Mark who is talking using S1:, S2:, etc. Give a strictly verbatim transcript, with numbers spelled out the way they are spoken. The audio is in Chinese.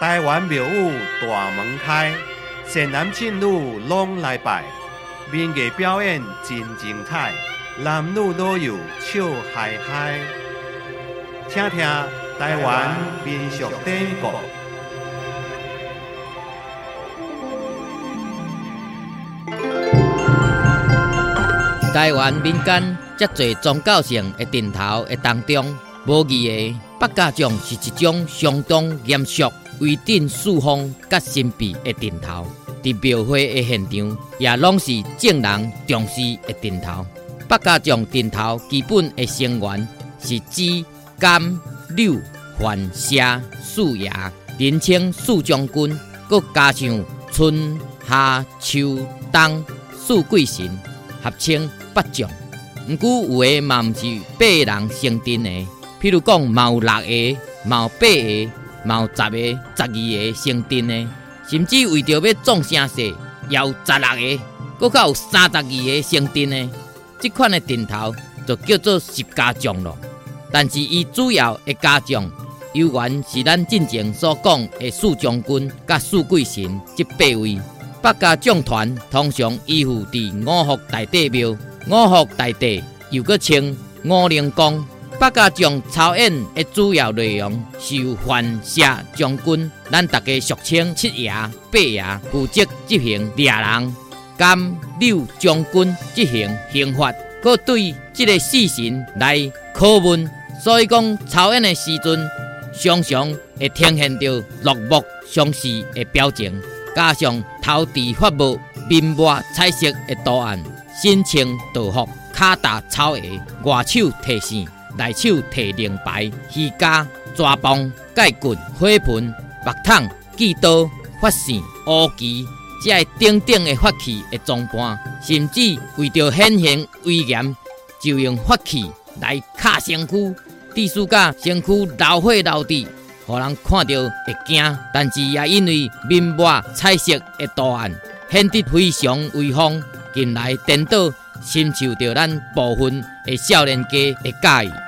S1: 台湾庙宇大门开，善男信女拢来拜。民艺表演真精彩，男女老幼笑嗨嗨。听听台湾民俗典故。
S2: 台湾民间遮侪宗教性的阵头的当中，无疑的百家将是一种相当严肃、威震四方、甲神秘的阵头。伫庙会的现场，也拢是众人重视的阵头。百家将阵头基本的成员是子、甘、柳、范、谢四爷，人称四将军，佮加上春、夏、秋、冬四贵神，合称八将。毋过有诶嘛毋是八个人成阵的，譬如讲嘛有六个，嘛有八个，嘛有十个、十二个成阵的，甚至为着要壮声势，也有十六个，佮较有三十二个成阵的。这款的阵头就叫做十家将咯。但是伊主要的家将，由原是咱进前所讲的四将军甲四贵神这八位。百家将团通常依附伫五福大帝庙，五福大帝又搁称五灵宫。百家将操演的主要内容是由范谢将军，咱大家俗称七爷、八爷负责执行掠人，甘柳将军执行刑罚，搁对这个四神来拷问。所以讲操演的时阵，常常会呈现着落寞相视的表情。加上头戴发帽、面抹彩色的图案，身穿道服，脚踏草鞋，外手提线，内手提令牌、鱼竿、蛇棒、盖棍、火盆、木桶、锯刀、发线、乌旗，这些等等的法器的装扮，甚至为着显现威严，就用法器来敲身躯，致使甲身躯流血流滴。互人看到会惊，但是也因为面抹彩色的图案显得非常威风，近来颠倒深受到咱部分的少年家的介意。